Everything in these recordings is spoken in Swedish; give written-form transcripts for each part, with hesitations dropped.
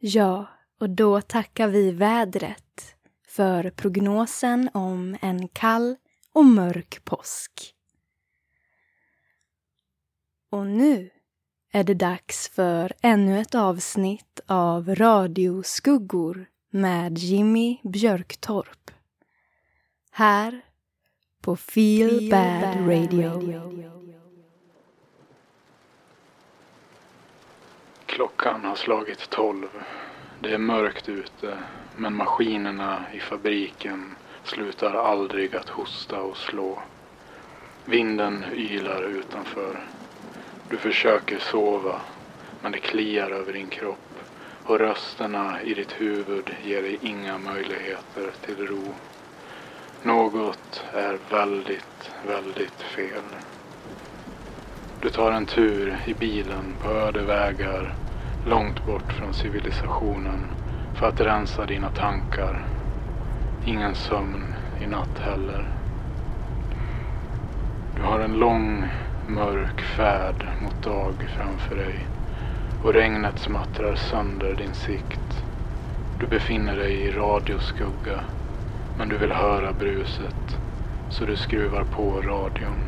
Ja, och då tackar vi vädret för prognosen om en kall och mörk påsk. Och nu är det dags för ännu ett avsnitt av Radioskuggor med Jimmy Björktorp. Här på Feel Bad Radio. Klockan har slagit 12. Det är mörkt ute, men maskinerna i fabriken slutar aldrig att hosta och slå. Vinden ylar utanför. Du försöker sova, men det kliar över din kropp och rösterna i ditt huvud ger dig inga möjligheter till ro. Något är väldigt, väldigt fel. Du tar en tur i bilen på öde vägar långt bort från civilisationen för att rensa dina tankar. Ingen sömn i natt heller. Du har en lång, mörk färd mot dag framför dig och regnet smattrar sönder din sikt. Du befinner dig i radioskugga, men du vill höra bruset, så du skruvar på radion.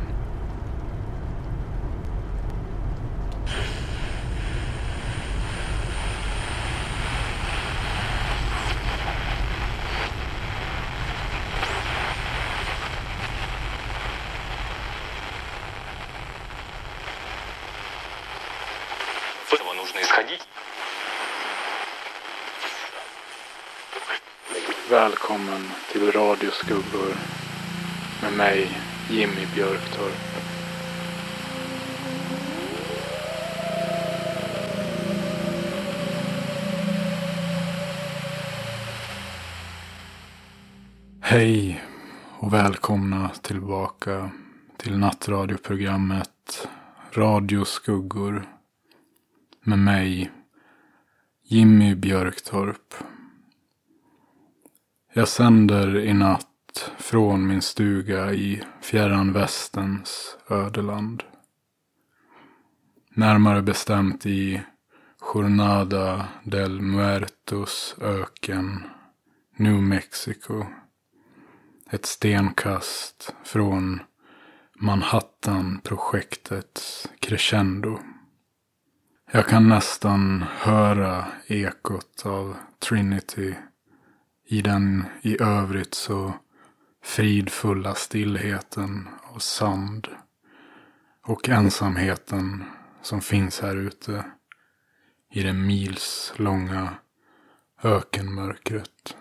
Välkommen till Radioskuggor med mig, Jimmy Björktorp. Hej och välkomna tillbaka till nattradioprogrammet Radioskuggor med mig, Jimmy Björktorp. Jag sänder i natt från min stuga i fjärran västens ödeland. Närmare bestämt i Jornada del Muertos öken, New Mexico. Ett stenkast från Manhattan-projektets crescendo. Jag kan nästan höra ekot av Trinity i den i övrigt så fridfulla stillheten av sand och ensamheten som finns här ute i det milslånga ökenmörkret.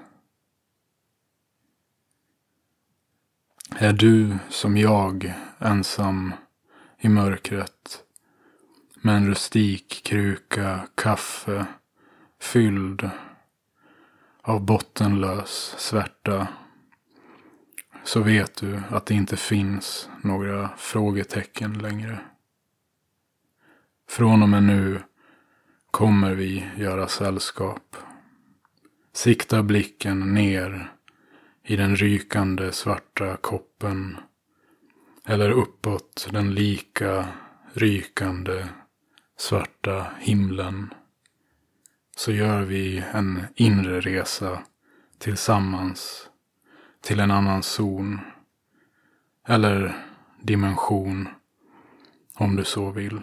Är du som jag ensam i mörkret med en rustik kruka kaffe fylld av bottenlös svärta, så vet du att det inte finns några frågetecken längre. Från och med nu kommer vi göra sällskap. Sikta blicken ner i den rykande svarta koppen eller uppåt den lika rykande svarta himlen. Så gör vi en inre resa tillsammans till en annan zon eller dimension om du så vill.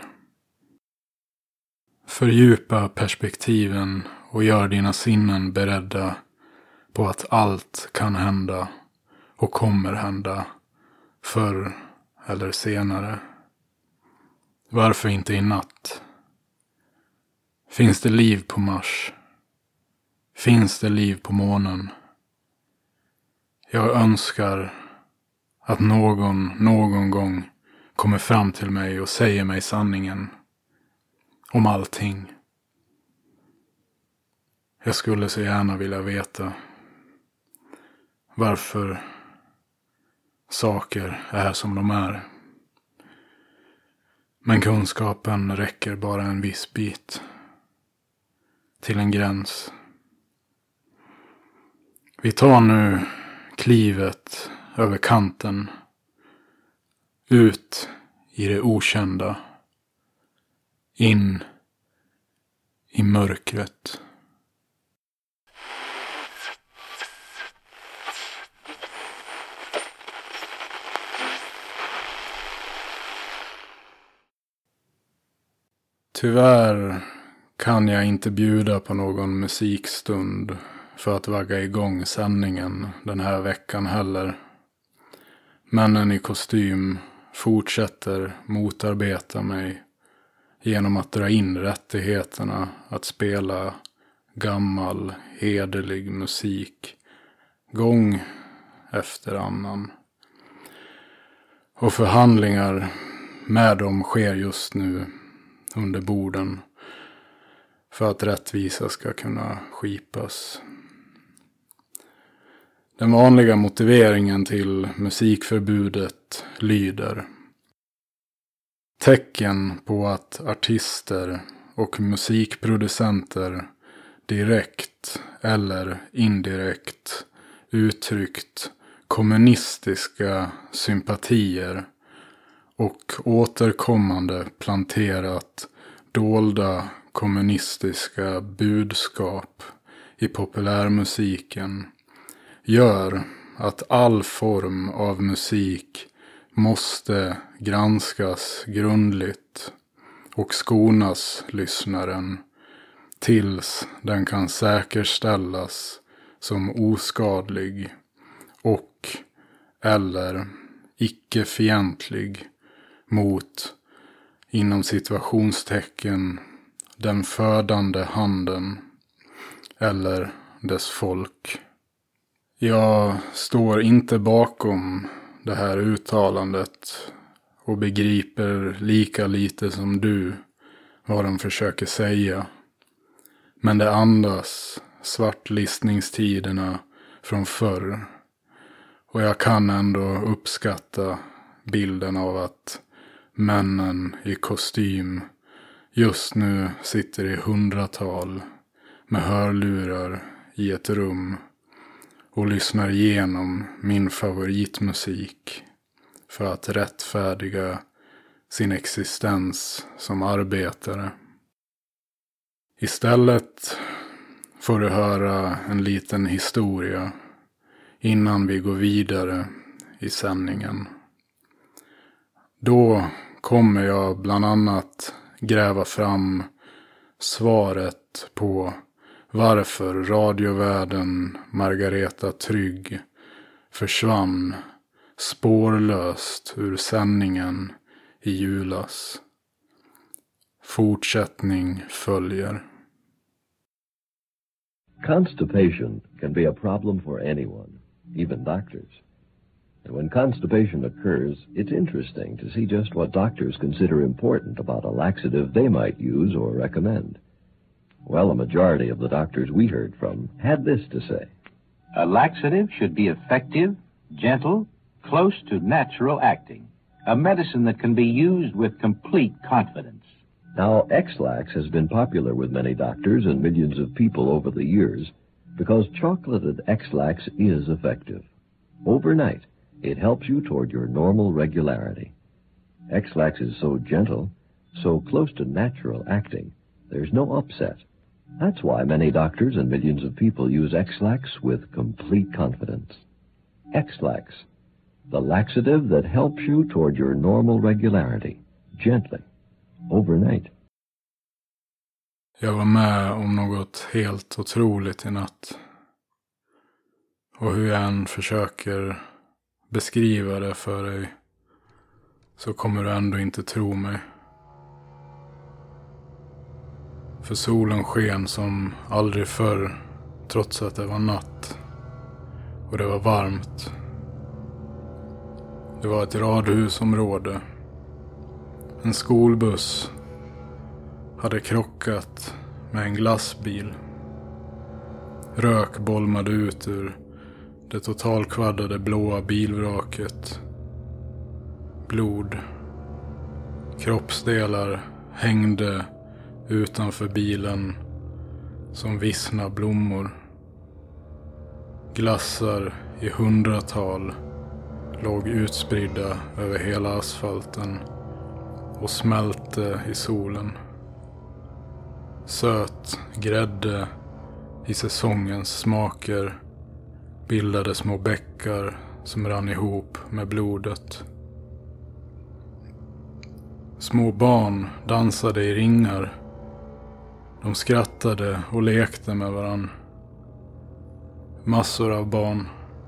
Fördjupa perspektiven och gör dina sinnen beredda på att allt kan hända och kommer hända förr eller senare. Varför inte i natt? Finns det liv på Mars? Finns det liv på månen? Jag önskar att någon gång kommer fram till mig och säger mig sanningen om allting. Jag skulle så gärna vilja veta varför saker är som de är. Men kunskapen räcker bara en viss bit. Till en gräns. Vi tar nu klivet över kanten. Ut i det okända. In i mörkret. Tyvärr kan jag inte bjuda på någon musikstund för att vagga igång sändningen den här veckan heller. Männen i kostym fortsätter motarbeta mig genom att dra in rättigheterna att spela gammal, hederlig musik gång efter annan. Och förhandlingar med dem sker just nu under borden för att rättvisa ska kunna skipas. Den vanliga motiveringen till musikförbudet lyder: tecken på att artister och musikproducenter direkt eller indirekt uttryckt kommunistiska sympatier och återkommande planterat dolda kommunistiska budskap i populärmusiken gör att all form av musik måste granskas grundligt och skonas lyssnaren tills den kan säkerställas som oskadlig och eller icke-fientlig mot, inom citationstecken, den födande handen eller dess folk. Jag står inte bakom det här uttalandet och begriper lika lite som du vad de försöker säga. Men det andas svartlistningstiderna från förr. Och jag kan ändå uppskatta bilden av att männen i kostym just nu sitter i 100-tal med hörlurar i ett rum och lyssnar igenom min favoritmusik för att rättfärdiga sin existens som arbetare. Istället får du höra en liten historia innan vi går vidare i sändningen. Då kommer jag bland annat gräva fram svaret på varför radiovärden Margareta Trygg försvann spårlöst ur sändningen i julas. Fortsättning följer. Constipation can be a problem for anyone, even doctors. And when constipation occurs, it's interesting to see just what doctors consider important about a laxative they might use or recommend. Well, a majority of the doctors we heard from had this to say. A laxative should be effective, gentle, close to natural acting. A medicine that can be used with complete confidence. Now, X-Lax has been popular with many doctors and millions of people over the years because chocolated X-Lax is effective. Overnight, it helps you toward your normal regularity. X-Lax is so gentle, so close to natural acting, there's no upset. That's why many doctors and millions of people use X-Lax with complete confidence. X-Lax, the laxative that helps you toward your normal regularity, gently, overnight. Jag var med om något helt otroligt i natt. Och hur jag än försöker beskriva det för dig så kommer du ändå inte tro mig. För solen sken som aldrig förr trots att det var natt. Och det var varmt. Det var ett radhusområde. En skolbuss hade krockat med en glassbil. Rök bolmade ut ur det totalkvaddade blåa bilvraket. Blod. Kroppsdelar hängde utanför bilen som vissna blommor. Glassar i 100-tal låg utspridda över hela asfalten och smälte i solen. Söt grädde i säsongens smaker bildade små bäckar som rann ihop med blodet. Små barn dansade i ringar. De skrattade och lekte med varann. Massor av barn.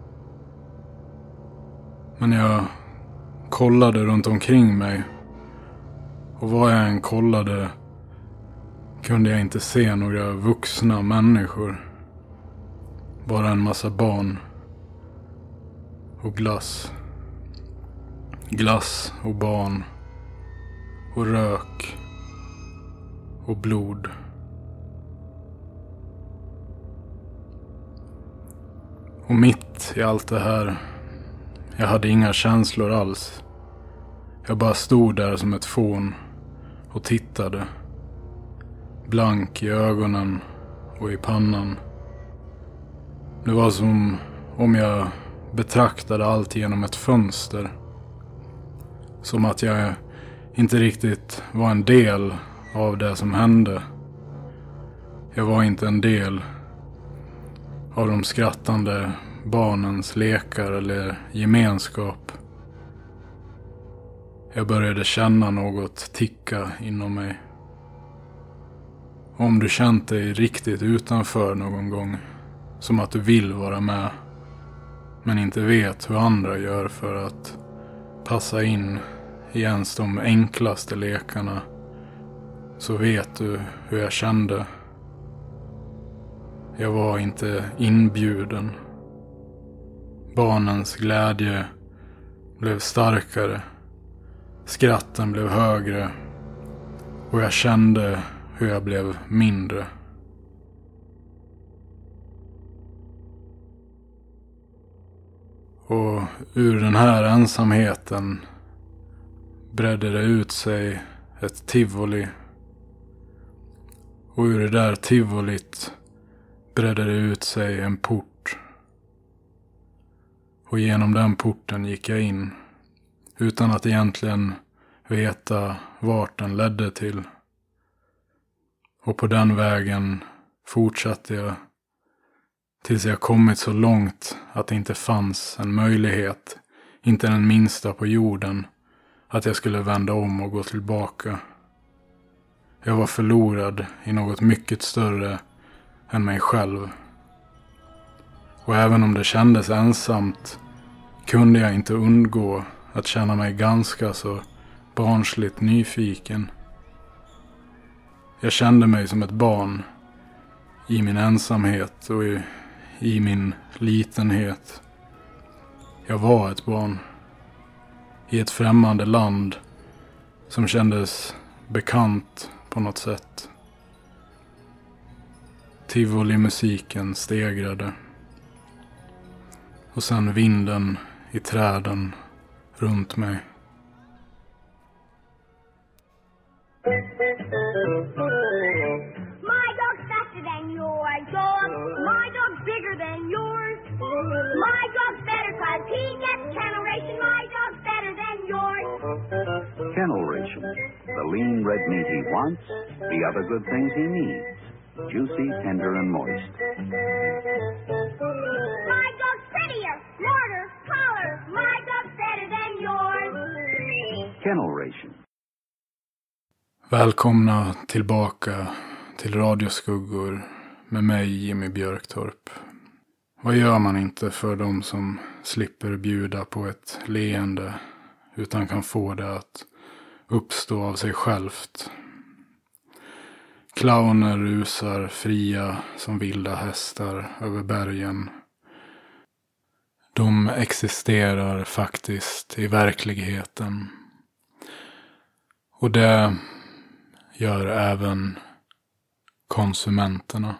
Men jag kollade runt omkring mig. Och vad jag än kollade kunde jag inte se några vuxna människor. Bara en massa barn. Och glass. Glass och barn. Och rök. Och blod. Och mitt i allt det här, jag hade inga känslor alls. Jag bara stod där som ett fån och tittade. Blank i ögonen och i pannan. Det var som om jag betraktade allt genom ett fönster. Som att jag inte riktigt var en del av det som hände. Jag var inte en del av de skrattande barnens lekar eller gemenskap. Jag började känna något ticka inom mig. Om du känt dig riktigt utanför någon gång, som att du vill vara med, men inte vet hur andra gör för att passa in i ens de enklaste lekarna, så vet du hur jag kände. Jag var inte inbjuden. Barnens glädje blev starkare. Skratten blev högre. Och jag kände hur jag blev mindre. Och ur den här ensamheten bredde det ut sig ett tivoli. Och ur det där tivolit bredde det ut sig en port. Och genom den porten gick jag in, utan att egentligen veta vart den ledde till. Och på den vägen fortsatte jag tills jag kommit så långt att det inte fanns en möjlighet, inte den minsta på jorden, att jag skulle vända om och gå tillbaka. Jag var förlorad i något mycket större än mig själv. Och även om det kändes ensamt kunde jag inte undgå att känna mig ganska så barnsligt nyfiken. Jag kände mig som ett barn i min ensamhet och i min litenhet. Jag var ett barn i ett främmande land som kändes bekant på något sätt. Tivoli-musiken stegrade. Och sen vinden i träden runt mig. My dog's faster than your dog. My dog's bigger than yours. My dog's better 'cause he gets kennel ration. My dog's better than yours. Kennel ration. The lean red meat he wants, the other good things he needs. Juicy, tender, and moist. My dog's prettier, smarter, taller. My dog's better than yours. Kennel ration. Välkomna tillbaka till Radioskuggor med mig, Jimmy Björktorp. Vad gör man inte för de som slipper bjuda på ett leende utan kan få det att uppstå av sig självt? Clowner rusar fria som vilda hästar över bergen. De existerar faktiskt i verkligheten. Och det gör även konsumenterna.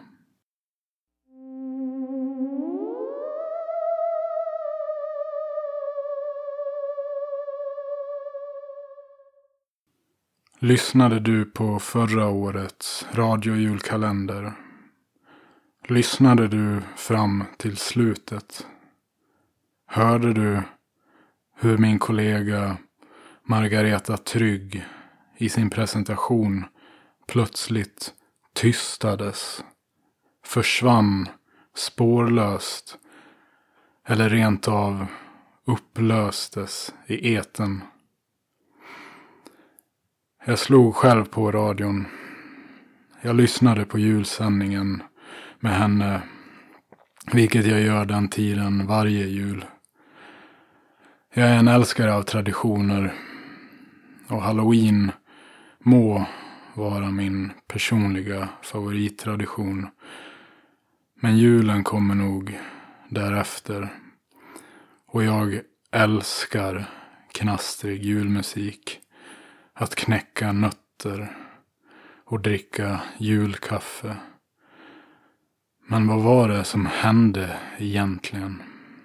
Lyssnade du på förra årets radiojulkalender? Lyssnade du fram till slutet? Hörde du hur min kollega Margareta Trygg i sin presentation plötsligt tystades, försvann spårlöst eller rent av upplöstes i etern? Jag slog själv på radion. Jag lyssnade på julsändningen med henne, vilket jag gör den tiden varje jul. Jag är en älskare av traditioner och Halloween må vara min personliga favorittradition. Men julen kommer nog därefter och jag älskar knastrig julmusik, att knäcka nötter och dricka julkaffe. Men vad var det som hände egentligen?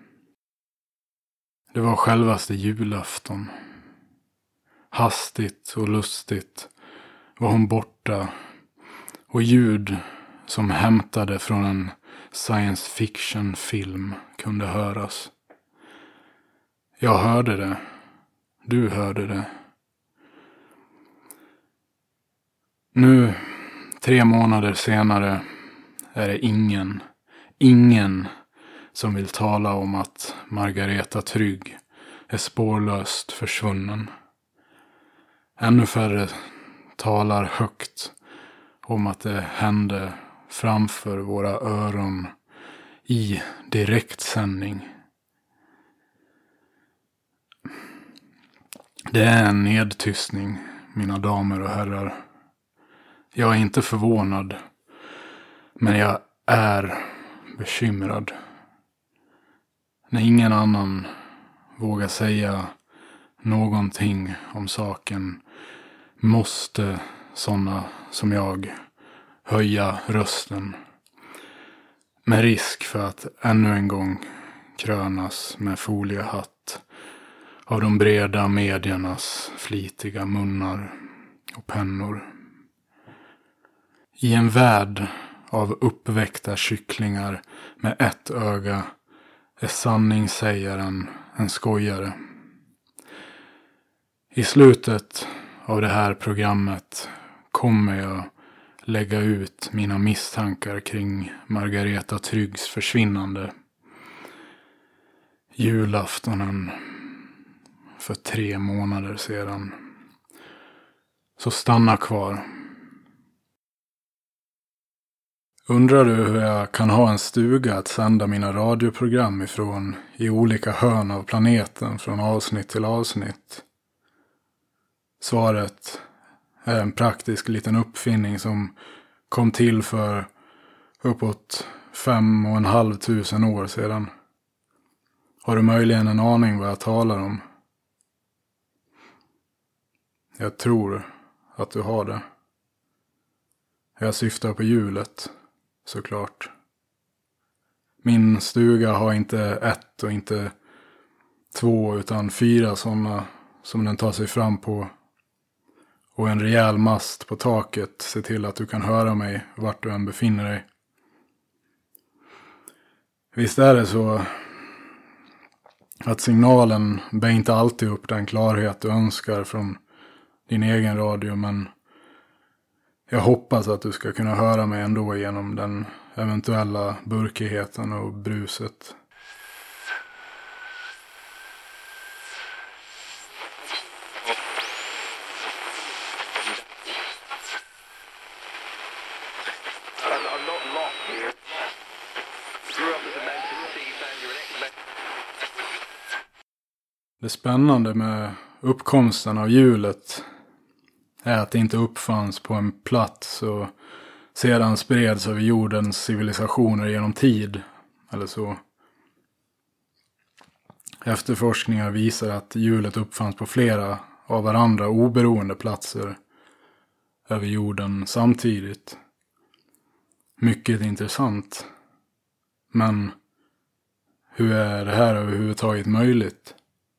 Det var självaste julafton. Hastigt och lustigt var hon borta och ljud som hämtade från en science fiction film kunde höras. Jag hörde det. Du hörde det. Nu, 3 månader senare, är det ingen som vill tala om att Margareta Trygg är spårlöst försvunnen. Ännu färre talar högt om att det hände framför våra öron i direktsändning. Det är en nedtystning, mina damer och herrar. Jag är inte förvånad, men jag är bekymrad. När ingen annan vågar säga någonting om saken måste sådana som jag höja rösten. Med risk för att ännu en gång krönas med foliehatt av de breda mediernas flitiga munnar och pennor. I en värld av uppväckta kycklingar med ett öga är sanningssägaren en skojare. I slutet av det här programmet kommer jag lägga ut mina misstankar kring Margareta Tryggs försvinnande. Julaftonen för 3 månader sedan. Så stanna kvar. Undrar du hur jag kan ha en stuga att sända mina radioprogram ifrån i olika hörn av planeten från avsnitt till avsnitt? Svaret är en praktisk liten uppfinning som kom till för uppåt 5 500 år sedan. Har du möjligen en aning vad jag talar om? Jag tror att du har det. Jag syftar på hjulet, såklart. Min stuga har inte 1 och inte 2 utan 4 sådana som den tar sig fram på. Och en rejäl mast på taket ser till att du kan höra mig vart du än befinner dig. Visst är det så att signalen bär inte alltid upp den klarhet du önskar från din egen radio, men jag hoppas att du ska kunna höra mig ändå genom den eventuella burkigheten och bruset. Det spännande med uppkomsten av hjulet är att det inte uppfanns på en plats och sedan spreds över jordens civilisationer genom tid, eller så. Efterforskningar visar att hjulet uppfanns på flera av varandra oberoende platser över jorden samtidigt. Mycket intressant. Men hur är det här överhuvudtaget möjligt?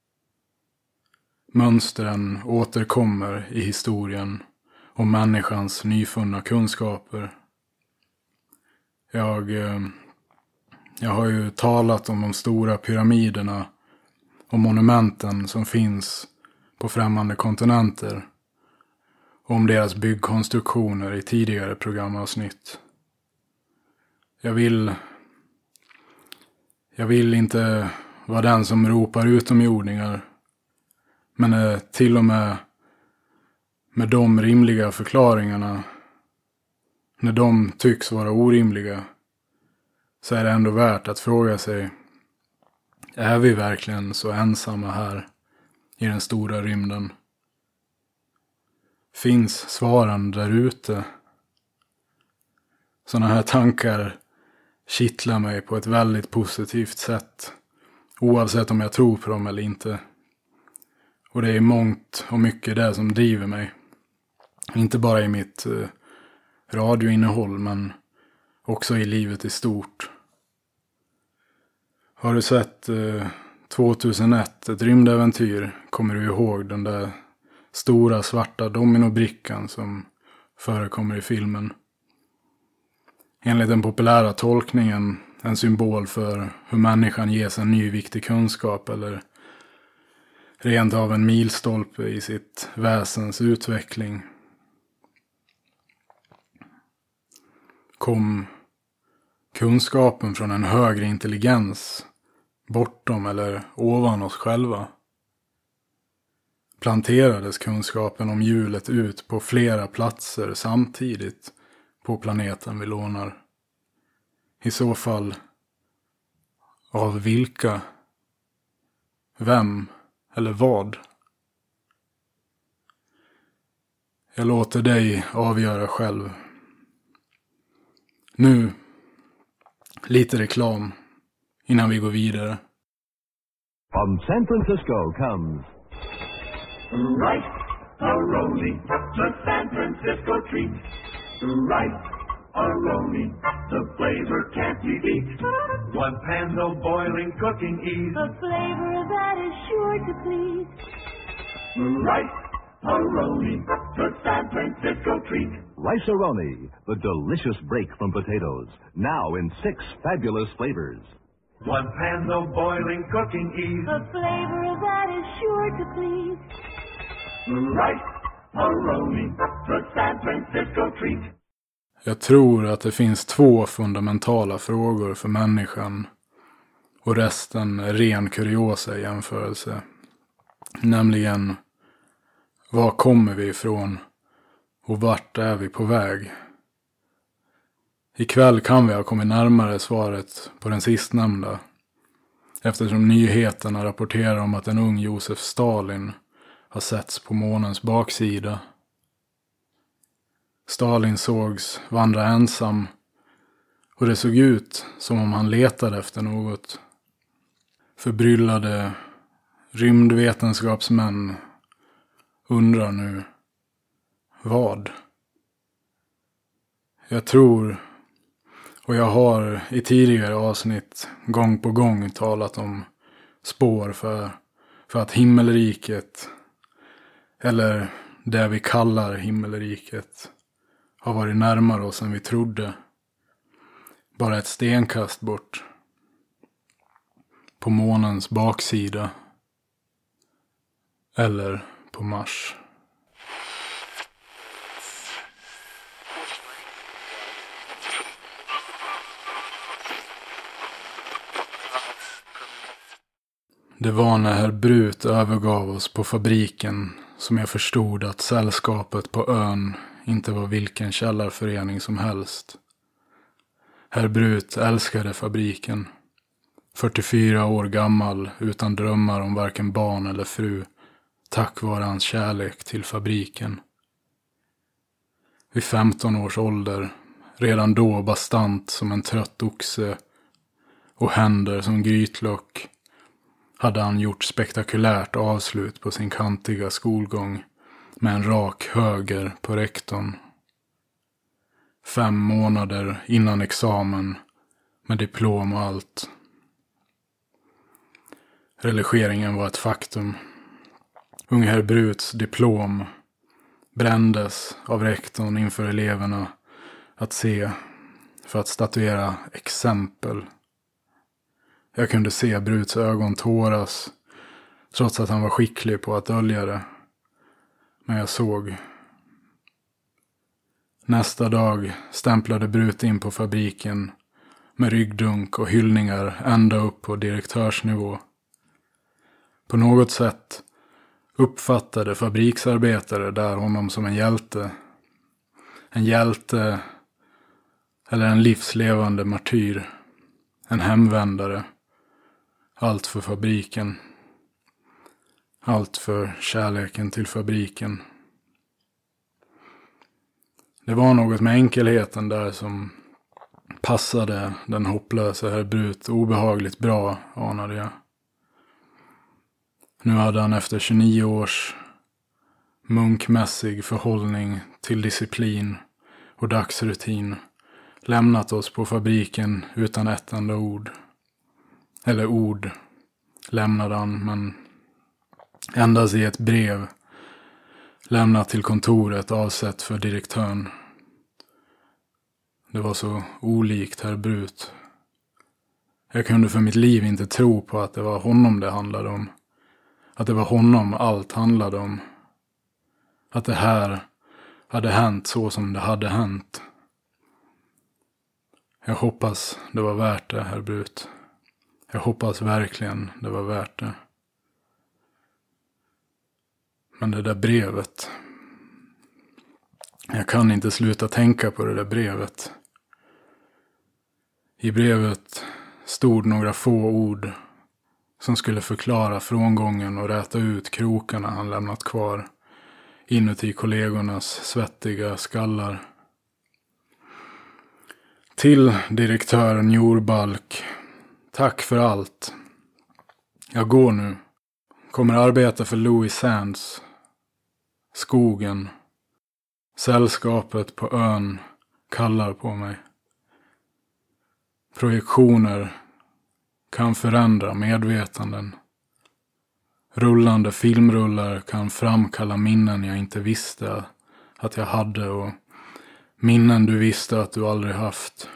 Mönstren återkommer i historien om människans nyfunna kunskaper. Jag har ju talat om de stora pyramiderna och monumenten som finns på främmande kontinenter. Och om deras byggkonstruktioner i tidigare programavsnitt. Jag vill inte vara den som ropar utomjordingar. Men till och med med de rimliga förklaringarna, när de tycks vara orimliga, så är det ändå värt att fråga sig, är vi verkligen så ensamma här i den stora rymden? Finns svaren där ute? Sådana här tankar kittlar mig på ett väldigt positivt sätt, oavsett om jag tror på dem eller inte. Och det är mångt och mycket det som driver mig. Inte bara i mitt radioinnehåll, men också i livet i stort. Har du sett 2001, ett rymdäventyr, kommer du ihåg den där stora svarta dominobrickan som förekommer i filmen? Enligt den populära tolkningen en symbol för hur människan ges en ny viktig kunskap eller rent av en milstolpe i sitt väsens utveckling. Kom kunskapen från en högre intelligens bortom eller ovan oss själva? Planterades kunskapen om hjulet ut på flera platser samtidigt på planeten vi lånar? I så fall, av vilka? Vem eller vad? Jag låter dig avgöra själv. Nu, lite reklam innan vi går vidare. From San Francisco comes Rice-A-Roni, the San Francisco treat. Rice-A-Roni, the flavor can't be beat. One pan, no boiling, cooking ease. A flavor that is sure to please. Rice-A-Roni, the San Francisco treat. Rice-A-Roni, the delicious break from potatoes, now in 6 fabulous flavors. One pan, no boiling, cooking ease. A flavor that is sure to please. Rice-A-Roni, the San Francisco treat. Jag tror att det finns 2 fundamentala frågor för människan och resten är ren kuriosa i jämförelse. Nämligen, var kommer vi ifrån och vart är vi på väg? Ikväll kan vi ha kommit närmare svaret på den sistnämnda, eftersom nyheterna rapporterar om att en ung Josef Stalin har setts på månens baksida. Stalin sågs vandra ensam och det såg ut som om han letade efter något. Förbryllade rymdvetenskapsmän undrar nu vad? Jag tror, och jag har i tidigare avsnitt gång på gång talat om spår för att himmelriket, eller det vi kallar himmelriket, har varit närmare oss än vi trodde. Bara ett stenkast bort. På månens baksida. Eller på Mars. Det var när herr Brut övergav oss på fabriken som jag förstod att sällskapet på ön inte var vilken källarförening som helst. Herr Brut älskade fabriken. 44 år gammal, utan drömmar om varken barn eller fru, tack vare hans kärlek till fabriken. Vid 15 års ålder, redan då bastant som en trött oxe och händer som grytlock, hade han gjort spektakulärt avslut på sin kantiga skolgång med en rak höger på rektorn. 5 månader innan examen med diplom och allt. Religeringen var ett faktum. Unge herr Bruts diplom brändes av rektorn inför eleverna att se för att statuera exempel. Jag kunde se Bruts ögon tåras trots att han var skicklig på att dölja det. Men jag såg. Nästa dag stämplade Brut in på fabriken med ryggdunk och hyllningar ända upp på direktörsnivå. På något sätt uppfattade fabriksarbetare där honom som en hjälte. En hjälte eller en livslevande martyr. En hemvändare. Allt för fabriken. Allt för kärleken till fabriken. Det var något med enkelheten där som passade den hopplösa herr Brut obehagligt bra, anade jag. Nu hade han efter 29 års munkmässig förhållning till disciplin och dagsrutin lämnat oss på fabriken utan ett enda ord. Eller ord lämnade han, men endast i ett brev lämnat till kontoret avsett för direktören. Det var så olikt herr Brut. Jag kunde för mitt liv inte tro på att det var honom det handlade om. Att det var honom allt handlade om. Att det här hade hänt så som det hade hänt. Jag hoppas det var värt det, herr Brut. Jag hoppas verkligen det var värt det. Men det där brevet. Jag kan inte sluta tänka på det där brevet. I brevet stod några få ord som skulle förklara frångången och räta ut krokarna han lämnat kvar inuti kollegornas svettiga skallar. Till direktören Jorbalk, tack för allt. Jag går nu. Kommer arbeta för Louis Sands. Skogen. Sällskapet på ön kallar på mig. Projektioner kan förändra medvetanden. Rullande filmrullar kan framkalla minnen jag inte visste att jag hade och minnen du visste att du aldrig haft.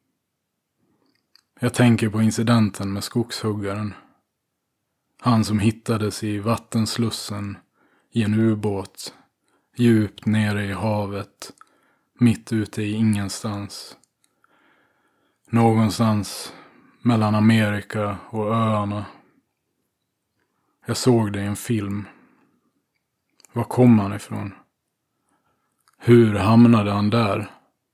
Jag tänker på incidenten med skogshuggaren. Han som hittades i vattenslussen i en ubåt, djupt nere i havet, mitt ute i ingenstans. Någonstans mellan Amerika och öarna. Jag såg det i en film. Var kom han ifrån? Hur hamnade han där?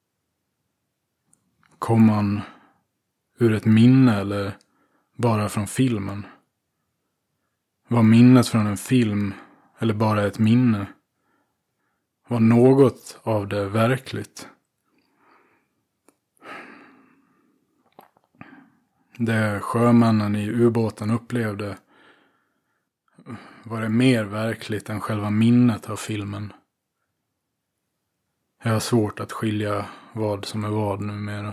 Kom han ur ett minne eller bara från filmen? Var minnet från en film eller bara ett minne? Var något av det verkligt? Det sjömännen i ubåten upplevde, var det mer verkligt än själva minnet av filmen? Jag har svårt att skilja vad som är vad numera.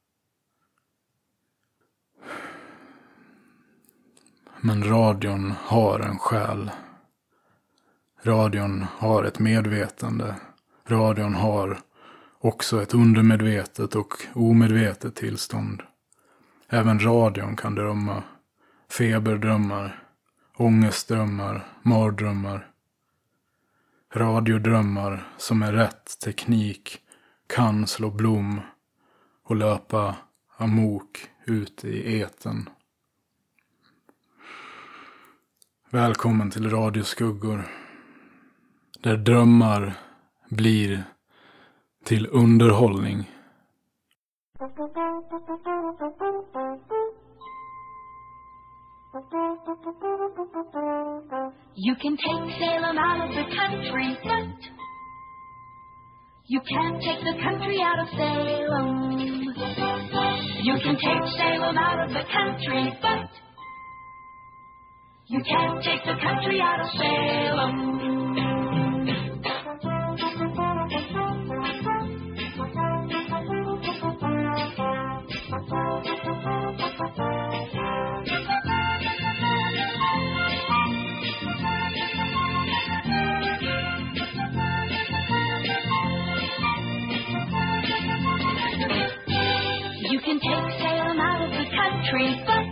Men radion har en själ. Radion har ett medvetande. Radion har också ett undermedvetet och omedvetet tillstånd. Även radion kan drömma. Feberdrömmar, ångestdrömmar, mardrömmar. Radiodrömmar som med rätt teknik kan slå blom och löpa amok ut i eten. Välkommen till Radioskuggor. Där drömmar blir till underhållning. You can take Salem out of the country, but you can't take the country out of Salem. You can take Salem out of the country, but you can't take the country out of Salem. You can take Salem out of the country, but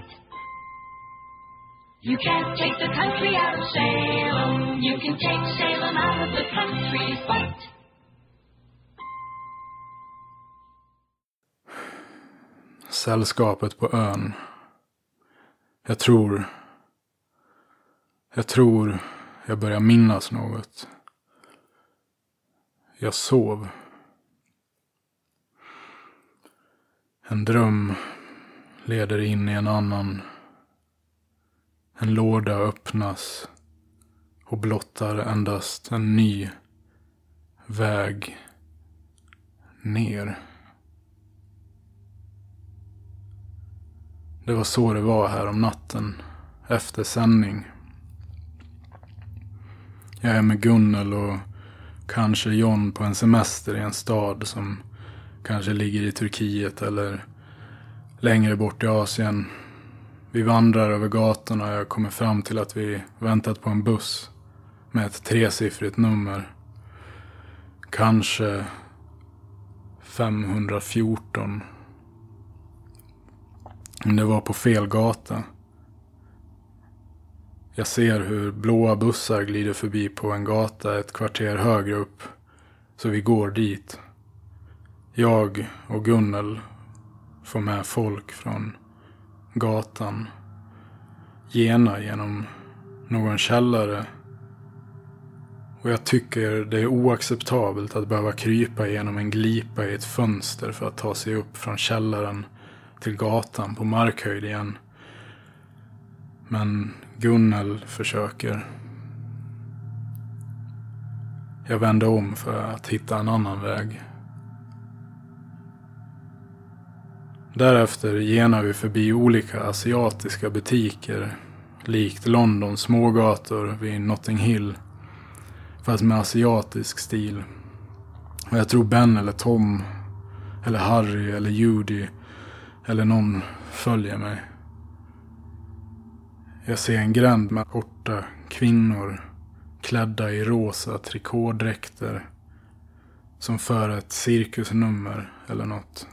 you can't take the country out of Salem. You can take Salem out of the country, but Sällskapet på ön. Jag tror Jag börjar minnas något. Jag sov. En dröm leder in i en annan. En låda öppnas och blottar endast en ny väg ner. Det var så det var här om natten efter sändning. Jag är med Gunnel och kanske John på en semester i en stad som kanske ligger i Turkiet eller längre bort i Asien. Vi vandrar över gatorna och jag kommer fram till att vi väntat på en buss med ett 3-siffrigt nummer. Kanske 514. Men det var på fel gata. Jag ser hur blåa bussar glider förbi på en gata ett kvarter högre upp. Så vi går dit. Jag och Gunnel får med folk från gatan. Gena genom någon källare. Och jag tycker det är oacceptabelt att behöva krypa genom en glipa i ett fönster för att ta sig upp från källaren till gatan på markhöjd igen. Men Gunnel försöker. Jag vänder om för att hitta en annan väg. Därefter genar vi förbi olika asiatiska butiker, likt Londons smågator vid Notting Hill, fast med asiatisk stil. Och jag tror Ben eller Tom, eller Harry eller Judy, eller någon följer mig. Jag ser en gränd med korta kvinnor klädda i rosa trikådräkter som för ett cirkusnummer eller något.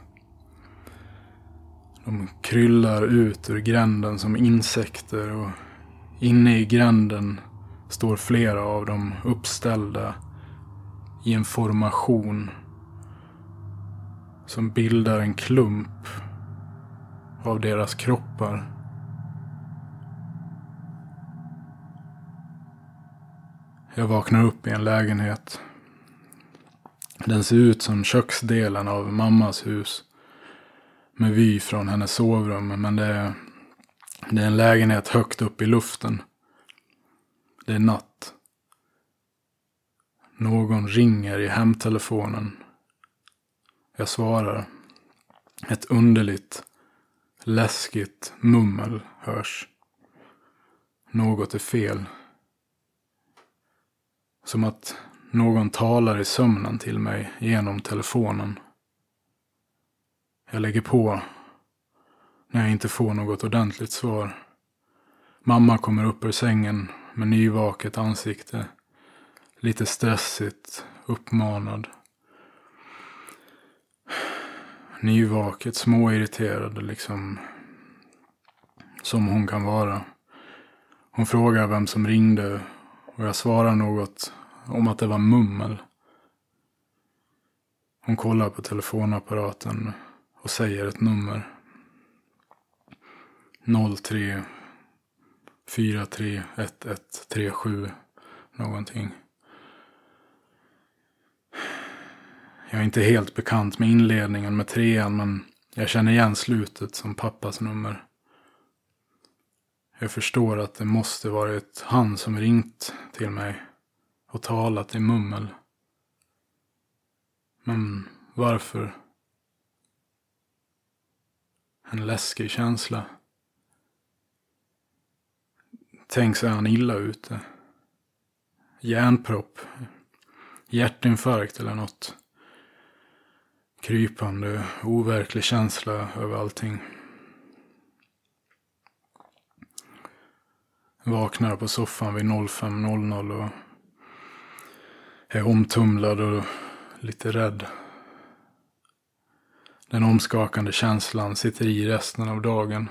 De kryllar ut ur gränden som insekter och inne i gränden står flera av dem uppställda i en formation som bildar en klump av deras kroppar. Jag vaknar upp i en lägenhet. Den ser ut som köksdelen av mammas hus med vy från hennes sovrum, men det är en lägenhet högt upp i luften. Det är natt. Någon ringer i hemtelefonen. Jag svarar. Ett underligt, läskigt mummel hörs. Något är fel. Som att någon talar i sömnen till mig genom telefonen. Jag lägger på när jag inte får något ordentligt svar. Mamma kommer upp ur sängen med nyvaket ansikte. Lite stressigt, uppmanad. Nyvaket, småirriterad liksom. Som hon kan vara. Hon frågar vem som ringde och jag svarar något om att det var mummel. Hon kollar på telefonapparaten och säger ett nummer. 03 43 11 37 någonting. Jag är inte helt bekant med inledningen med 3:an, men jag känner igen slutet som pappas nummer. Jag förstår att det måste varit han som ringt till mig och talat i mummel. Men varför? En läskig känsla. Tänk så är han illa ute. Hjärnpropp. Hjärtinfarkt eller något. Krypande, overklig känsla över allting. Vaknar på soffan vid 05:00 och är omtumlad och lite rädd. Den omskakande känslan sitter i resten av dagen.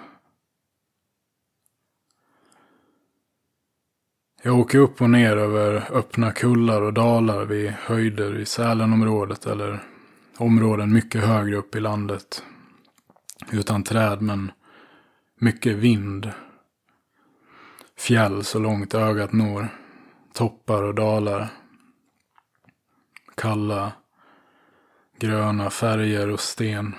Jag åker upp och ner över öppna kullar och dalar vid höjder i Sälenområdet eller områden mycket högre upp i landet. Utan träd men mycket vind. Fjäll så långt ögat når. toppar och dalar. Kalla, gröna färger och sten.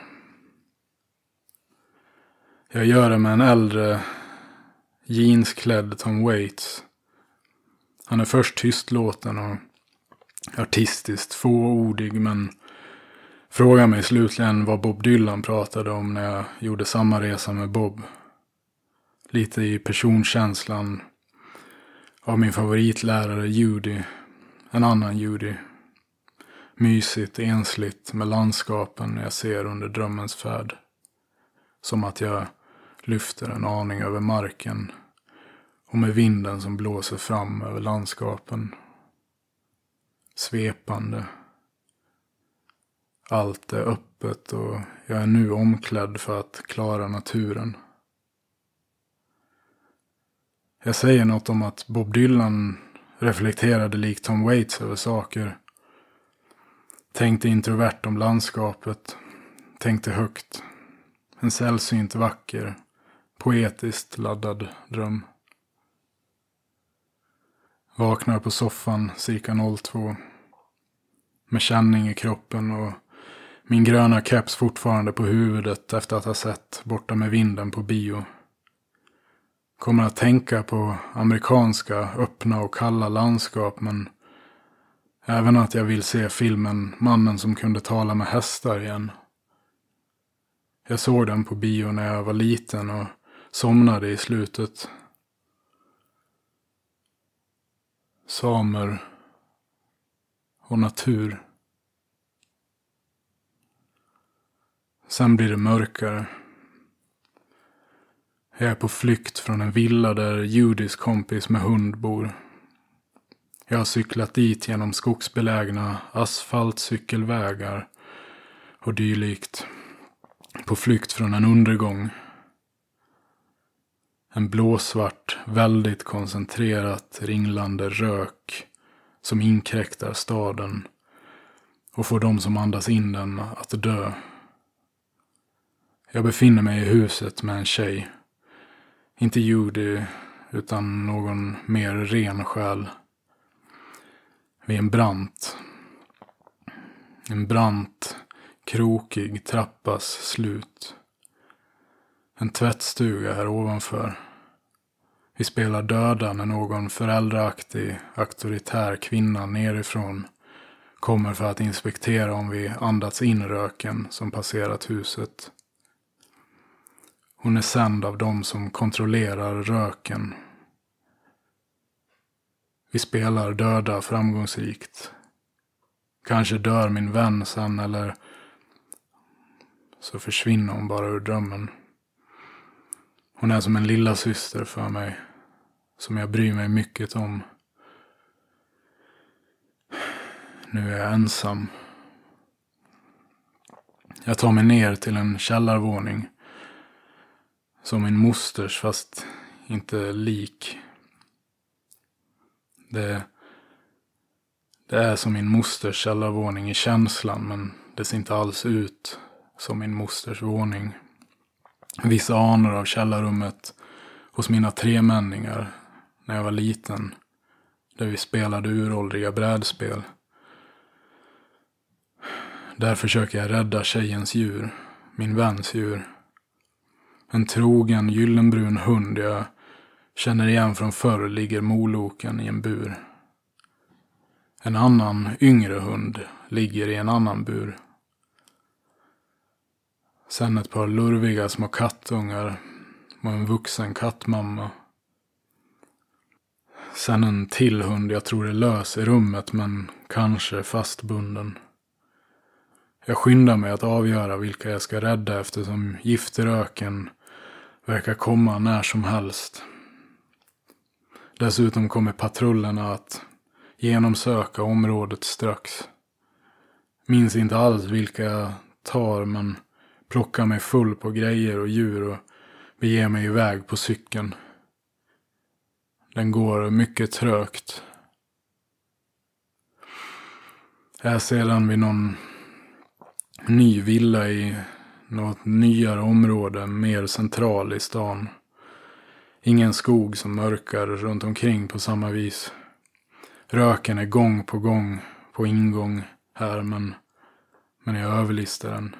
Jag gör det med en äldre, jeansklädd Tom Waits. Han är först tystlåten och artistiskt fåordig, men frågar mig slutligen vad Bob Dylan pratade om när jag gjorde samma resa med Bob. Lite i personkänslan av min favoritlärare Judy, en annan Judy. Mysigt, ensligt med landskapen jag ser under drömmens färd. Som att jag lyfter en aning över marken och med vinden som blåser fram över landskapen. Svepande. Allt är öppet och jag är nu omklädd för att klara naturen. Jag säger något om att Bob Dylan reflekterade likt Tom Waits över saker. Tänkte introvert om landskapet. Tänkte högt. En sällsynt vacker, poetiskt laddad dröm. Vaknar på soffan cirka 02. Med känning i kroppen och min gröna keps fortfarande på huvudet efter att ha sett Borta med vinden på bio. Kommer att tänka på amerikanska, öppna och kalla landskap, men även att jag vill se filmen Mannen som kunde tala med hästar igen. Jag såg den på bio när jag var liten och somnade i slutet. Samer och natur. Sen blir det mörkare. Jag är på flykt från en villa där Judys kompis med hund bor. Jag har cyklat dit genom skogsbelägna asfaltcykelvägar och dylikt. På flykt från en undergång. En blåsvart, väldigt koncentrerat ringlande rök som inkräktar staden och får de som andas in den att dö. Jag befinner mig i huset med en tjej. Inte Judy, utan någon mer ren själ. Vid en brant, krokig trappas slut. En tvättstuga här ovanför. Vi spelar döda när någon föräldraaktig, auktoritär kvinna nerifrån kommer för att inspektera om vi andats in röken som passerat huset. Hon är sänd av dem som kontrollerar röken. Vi spelar döda framgångsrikt. Kanske dör min vän sen, eller så försvinner hon bara ur drömmen. Hon är som en lilla syster för mig, som jag bryr mig mycket om. Nu är jag ensam. Jag tar mig ner till en källarvåning. Som min mosters, fast inte lik. Det är som min mosters källarvåning i känslan, men det ser inte alls ut som min mosters våning. Vissa anor av källarrummet hos mina tremänningar när jag var liten, där vi spelade uråldriga brädspel. Där försöker jag rädda tjejens djur, min väns djur. En trogen gyllenbrun hund jag känner igen från förr ligger moloken i en bur. En annan yngre hund ligger i en annan bur. Sen ett par lurviga små kattungar och en vuxen kattmamma. Sen en till hund jag tror är lös i rummet, men kanske fastbunden. Jag skyndar mig att avgöra vilka jag ska rädda eftersom giftröken verkar komma när som helst. Dessutom kommer patrullerna att genomsöka området strax. Minns inte alls vilka jag tar, men plockar mig full på grejer och djur och beger mig iväg på cykeln. Den går mycket trögt. Jag är sedan vid någon ny villa i något nyare område, mer central i stan. Ingen skog som mörkar runt omkring på samma vis. Röken är gång på ingång här, men jag överlistar den.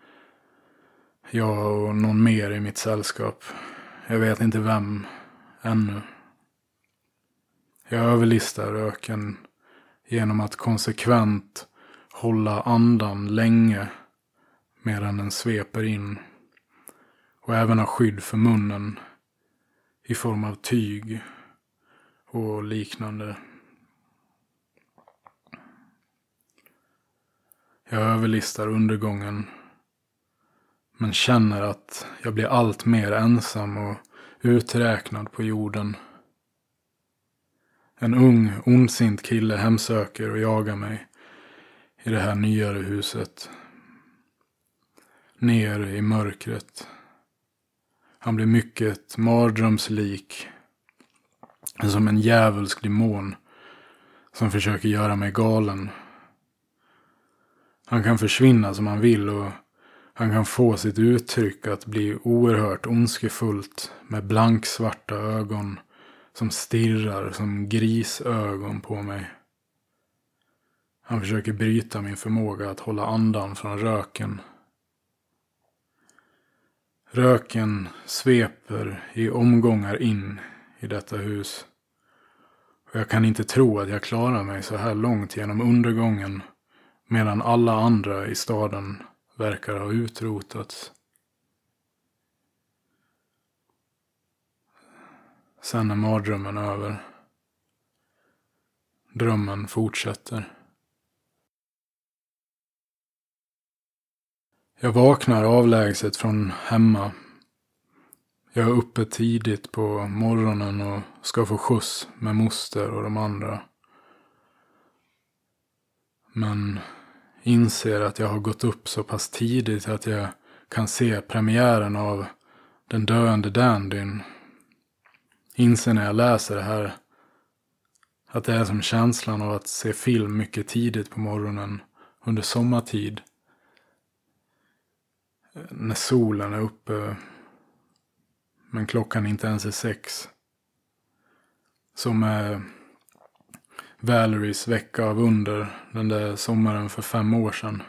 Jag och någon mer i mitt sällskap. Jag vet inte vem ännu. Jag överlistar röken genom att konsekvent hålla andan länge medan den sveper in. Och även ha skydd för munnen i form av tyg och liknande. Jag överlistar undergången, men känner att jag blir allt mer ensam och uträknad på jorden. En ung, ondsint kille hemsöker och jagar mig i det här nyare huset. Ner i mörkret. Han blir mycket mardrömslik, som en djävulsk demon som försöker göra mig galen. Han kan försvinna som han vill och han kan få sitt uttryck att bli oerhört ondskefullt med blanksvarta ögon som stirrar som grisögon på mig. Han försöker bryta min förmåga att hålla andan från röken. Röken sveper i omgångar in i detta hus. Och jag kan inte tro att jag klarar mig så här långt genom undergången medan alla andra i staden verkar ha utrotats. Sen är mardrömmen över. Drömmen fortsätter. Jag vaknar avlägset från hemma. Jag är uppe tidigt på morgonen och ska få skjuts med moster och de andra. Men inser att jag har gått upp så pass tidigt att jag kan se premiären av Den döende dandyn. Inser när jag läser det här att det är som känslan av att se film mycket tidigt på morgonen under sommartid. När solen är uppe men klockan inte ens är 6. Som är Valeries vecka av under den där sommaren för 5 år sedan.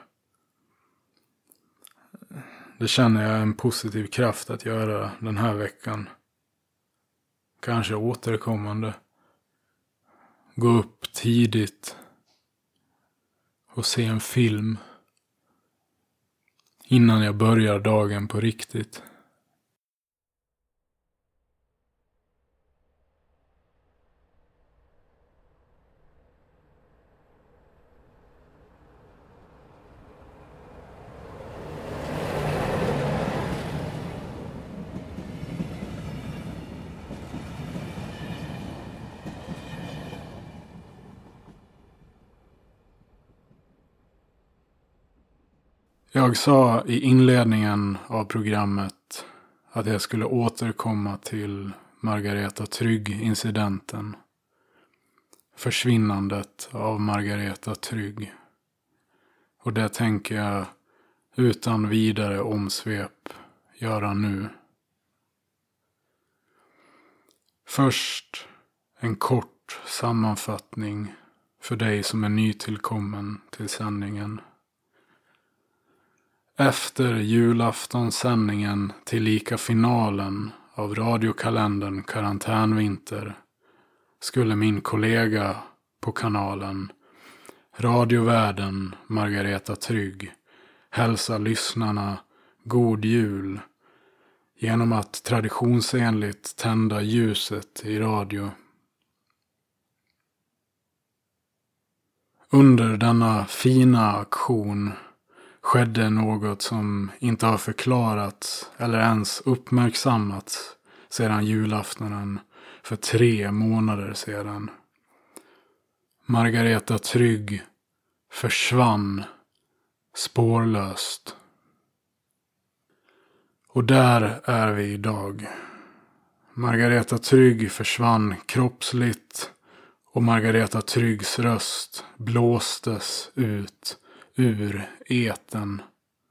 Det känner jag en positiv kraft att göra den här veckan. Kanske återkommande. Gå upp tidigt och se en film innan jag börjar dagen på riktigt. Jag sa i inledningen av programmet att jag skulle återkomma till Margareta Trygg-incidenten. Försvinnandet av Margareta Trygg. Och det tänker jag utan vidare omsvep göra nu. Först en kort sammanfattning för dig som är nytillkommen till sändningen. Efter julaftonssändningen tillika finalen av radiokalendern Karantänvinter skulle min kollega på kanalen, radiovärden Margareta Trygg, hälsa lyssnarna god jul genom att traditionsenligt tända ljuset i radio. Under denna fina aktion skedde något som inte har förklarats eller ens uppmärksammats sedan julaftonen för 3 månader sedan. Margareta Trygg försvann spårlöst. Och där är vi idag. Margareta Trygg försvann kroppsligt och Margareta Tryggs röst blåstes ut ur eten.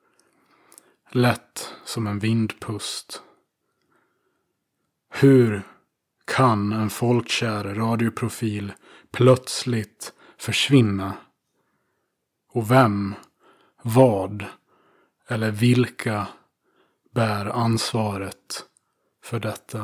Lätt som en vindpust. Hur kan en folkkär radioprofil plötsligt försvinna? Och vem, vad eller vilka bär ansvaret för detta?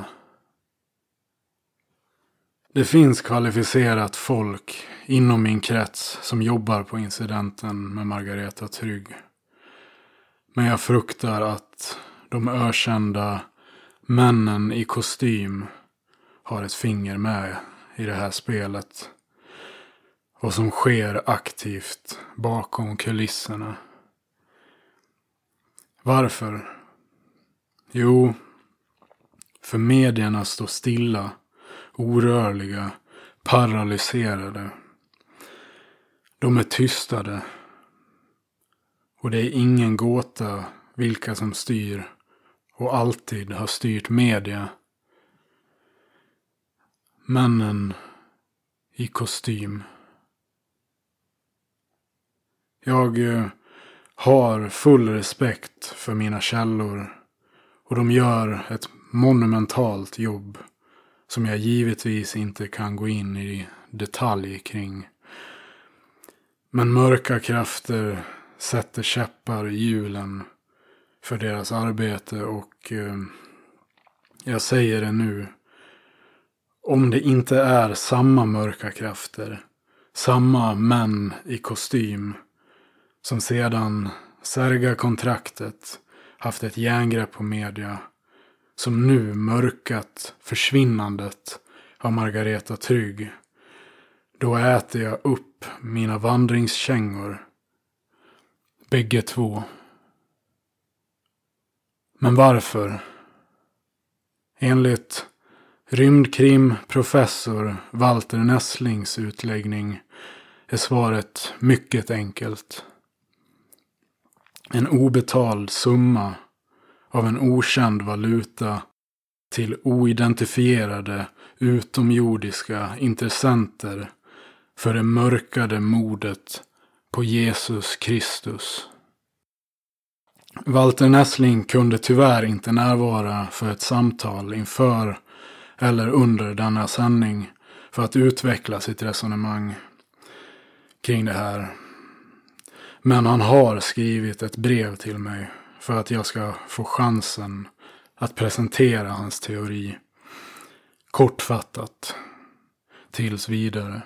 Det finns kvalificerat folk inom min krets som jobbar på incidenten med Margareta Trygg. Men jag fruktar att de ökända männen i kostym har ett finger med i det här spelet. Vad som sker aktivt bakom kulisserna. Varför? Jo, för medierna står stilla, orörliga, paralyserade. De är tystade. Och det är ingen gåta vilka som styr och alltid har styrt media. Männen i kostym. Jag har full respekt för mina källor och de gör ett monumentalt jobb som jag givetvis inte kan gå in i detalj kring. Men mörka krafter sätter käppar i hjulen för deras arbete och jag säger det nu. Om det inte är samma mörka krafter, samma män i kostym som sedan Serga-kontraktet haft ett järngrepp på media, som nu mörkat försvinnandet av Margareta Trygg, då äter jag upp mina vandringskängor. Bägge två. Men varför? Enligt rymdkrim-professor Walter Nesslings utläggning är svaret mycket enkelt. En obetald summa av en okänd valuta till oidentifierade utomjordiska intressenter för det mörkade mordet på Jesus Kristus. Walter Nessling kunde tyvärr inte närvara för ett samtal inför eller under denna sändning för att utveckla sitt resonemang kring det här. Men han har skrivit ett brev till mig för att jag ska få chansen att presentera hans teori. Kortfattat. Tills vidare.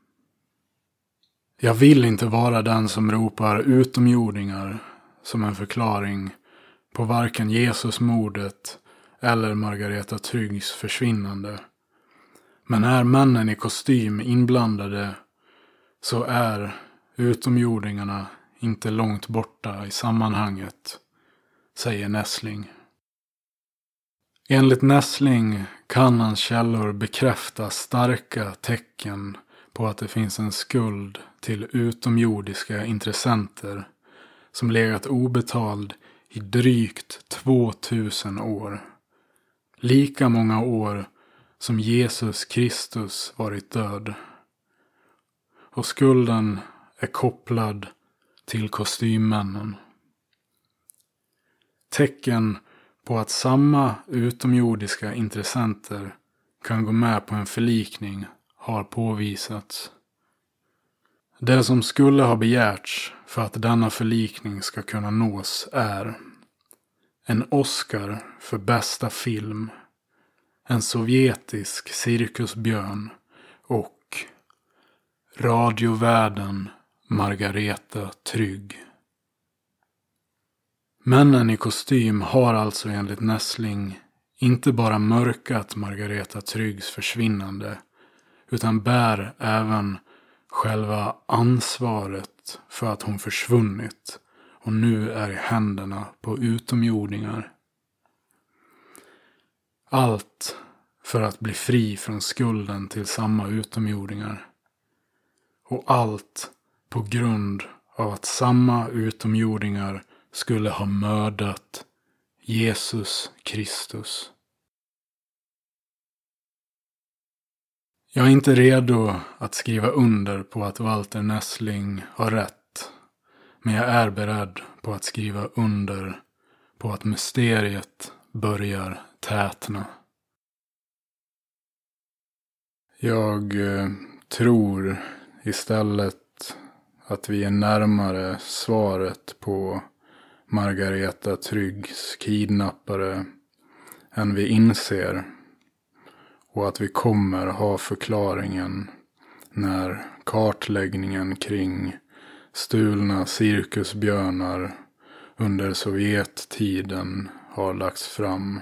Jag vill inte vara den som ropar utomjordingar som en förklaring på varken Jesus-mordet eller Margareta Tryggs försvinnande. Men är männen i kostym inblandade så är utomjordingarna inte långt borta i sammanhanget, säger Nessling. Enligt Nessling kan hans källor bekräfta starka tecken på att det finns en skuld till utomjordiska intressenter som legat obetald i drygt 2000 år. Lika många år som Jesus Kristus varit död. Och skulden är kopplad till kostymmännen. Tecken på att samma utomjordiska intressenter kan gå med på en förlikning har påvisats. Det som skulle ha begärts för att denna förlikning ska kunna nås är en Oscar för bästa film, en sovjetisk cirkusbjörn och radiovärden Margareta Trygg. Männen i kostym har alltså enligt Nessling inte bara mörkat Margareta Tryggs försvinnande utan bär även själva ansvaret för att hon försvunnit och nu är i händerna på utomjordingar. Allt för att bli fri från skulden till samma utomjordingar. Och allt på grund av att samma utomjordingar skulle ha mördat Jesus Kristus. Jag är inte redo att skriva under på att Walter Nessling har rätt, men jag är beredd på att skriva under på att mysteriet börjar tätna. Jag tror istället att vi är närmare svaret på Margareta Tryggs kidnappare än vi inser, och att vi kommer ha förklaringen när kartläggningen kring stulna cirkusbjörnar under Sovjettiden har lagts fram,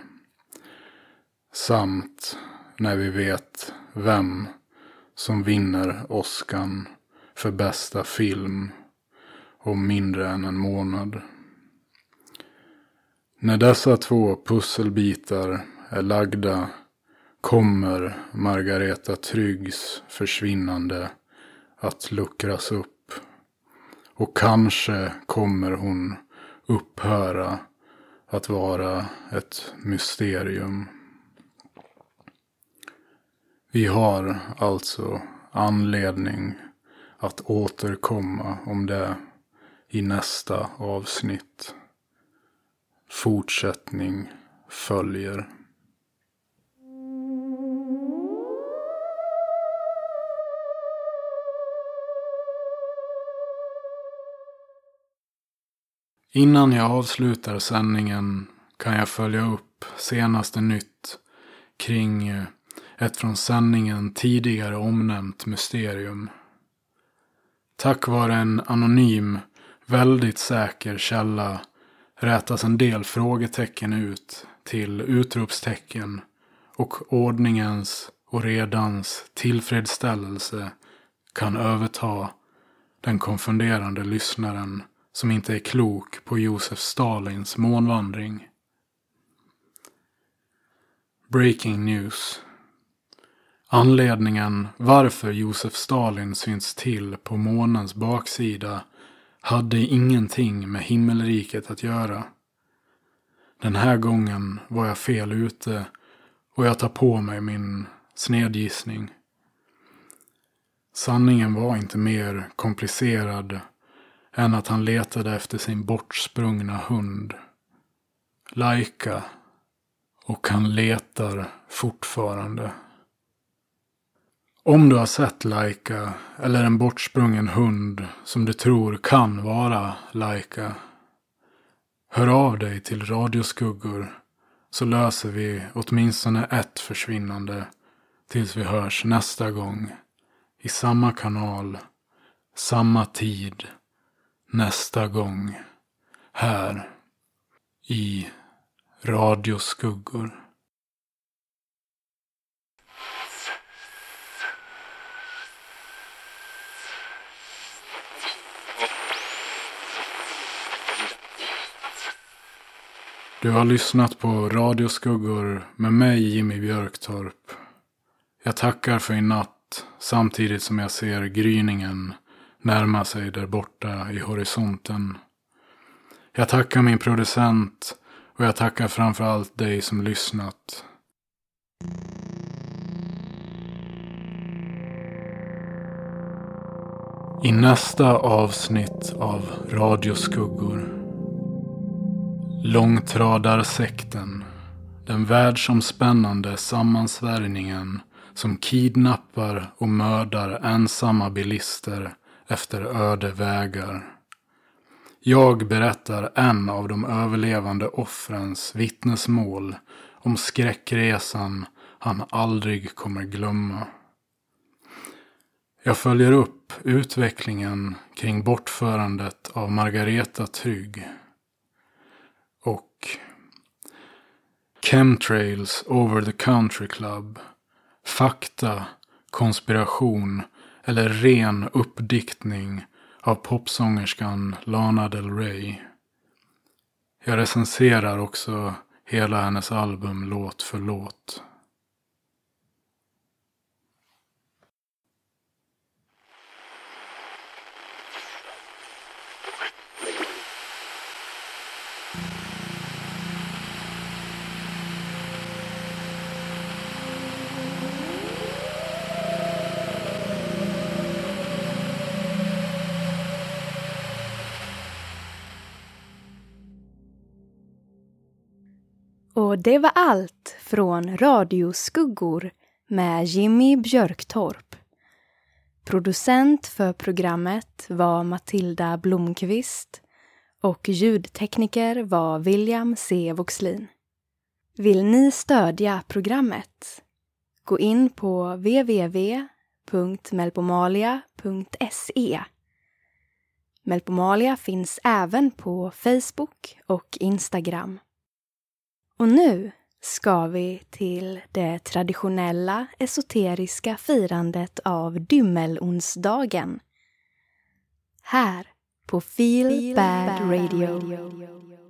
samt när vi vet vem som vinner Oscar för bästa film om mindre än en månad. När dessa 2 pusselbitar är lagda kommer Margareta Tryggs försvinnande att luckras upp, och kanske kommer hon upphöra att vara ett mysterium. Vi har alltså anledning att återkomma om det i nästa avsnitt. Fortsättning följer. Innan jag avslutar sändningen kan jag följa upp senaste nytt kring ett från sändningen tidigare omnämnt mysterium. Tack vare en anonym, väldigt säker källa rätas en del frågetecken ut till utropstecken, och ordningens och redans tillfredsställelse kan överta den konfunderande lyssnaren som inte är klok på Josef Stalins månvandring. Breaking news. Anledningen varför Josef Stalin syns till på månens baksida hade ingenting med himmelriket att göra. Den här gången var jag fel ute, och jag tar på mig min snedgissning. Sanningen var inte mer komplicerad än att han letade efter sin bortsprungna hund, Laika, och han letar fortfarande. Om du har sett Laika eller en bortsprungen hund som du tror kan vara Laika, hör av dig till Radioskuggor, så löser vi åtminstone ett försvinnande tills vi hörs nästa gång i samma kanal, samma tid, nästa gång här i Radioskuggor. Du har lyssnat på Radioskuggor med mig, Jimmy Björktorp. Jag tackar för i natt, samtidigt som jag ser gryningen närma sig där borta i horisonten. Jag tackar min producent, och jag tackar framförallt dig som lyssnat. I nästa avsnitt av Radioskuggor. Långtradarsekten, den världsomspännande sammansvärjningen som kidnappar och mördar ensamma bilister efter öde vägar. Jag berättar en av de överlevande offrens vittnesmål om skräckresan han aldrig kommer glömma. Jag följer upp utvecklingen kring bortförandet av Margareta Trygg. Och Chemtrails Over the Country Club, fakta, konspiration eller ren uppdiktning av popsångerskan Lana Del Rey. Jag recenserar också hela hennes album låt för låt. Och det var allt från Radioskuggor med Jimmy Björktorp. Producent för programmet var Matilda Blomqvist och ljudtekniker var William C. Voxlin. Vill ni stödja programmet? Gå in på www.melpomalia.se. Melpomalia finns även på Facebook och Instagram. Och nu ska vi till det traditionella esoteriska firandet av Dymmelonsdagen. Här på Feel Bad Radio.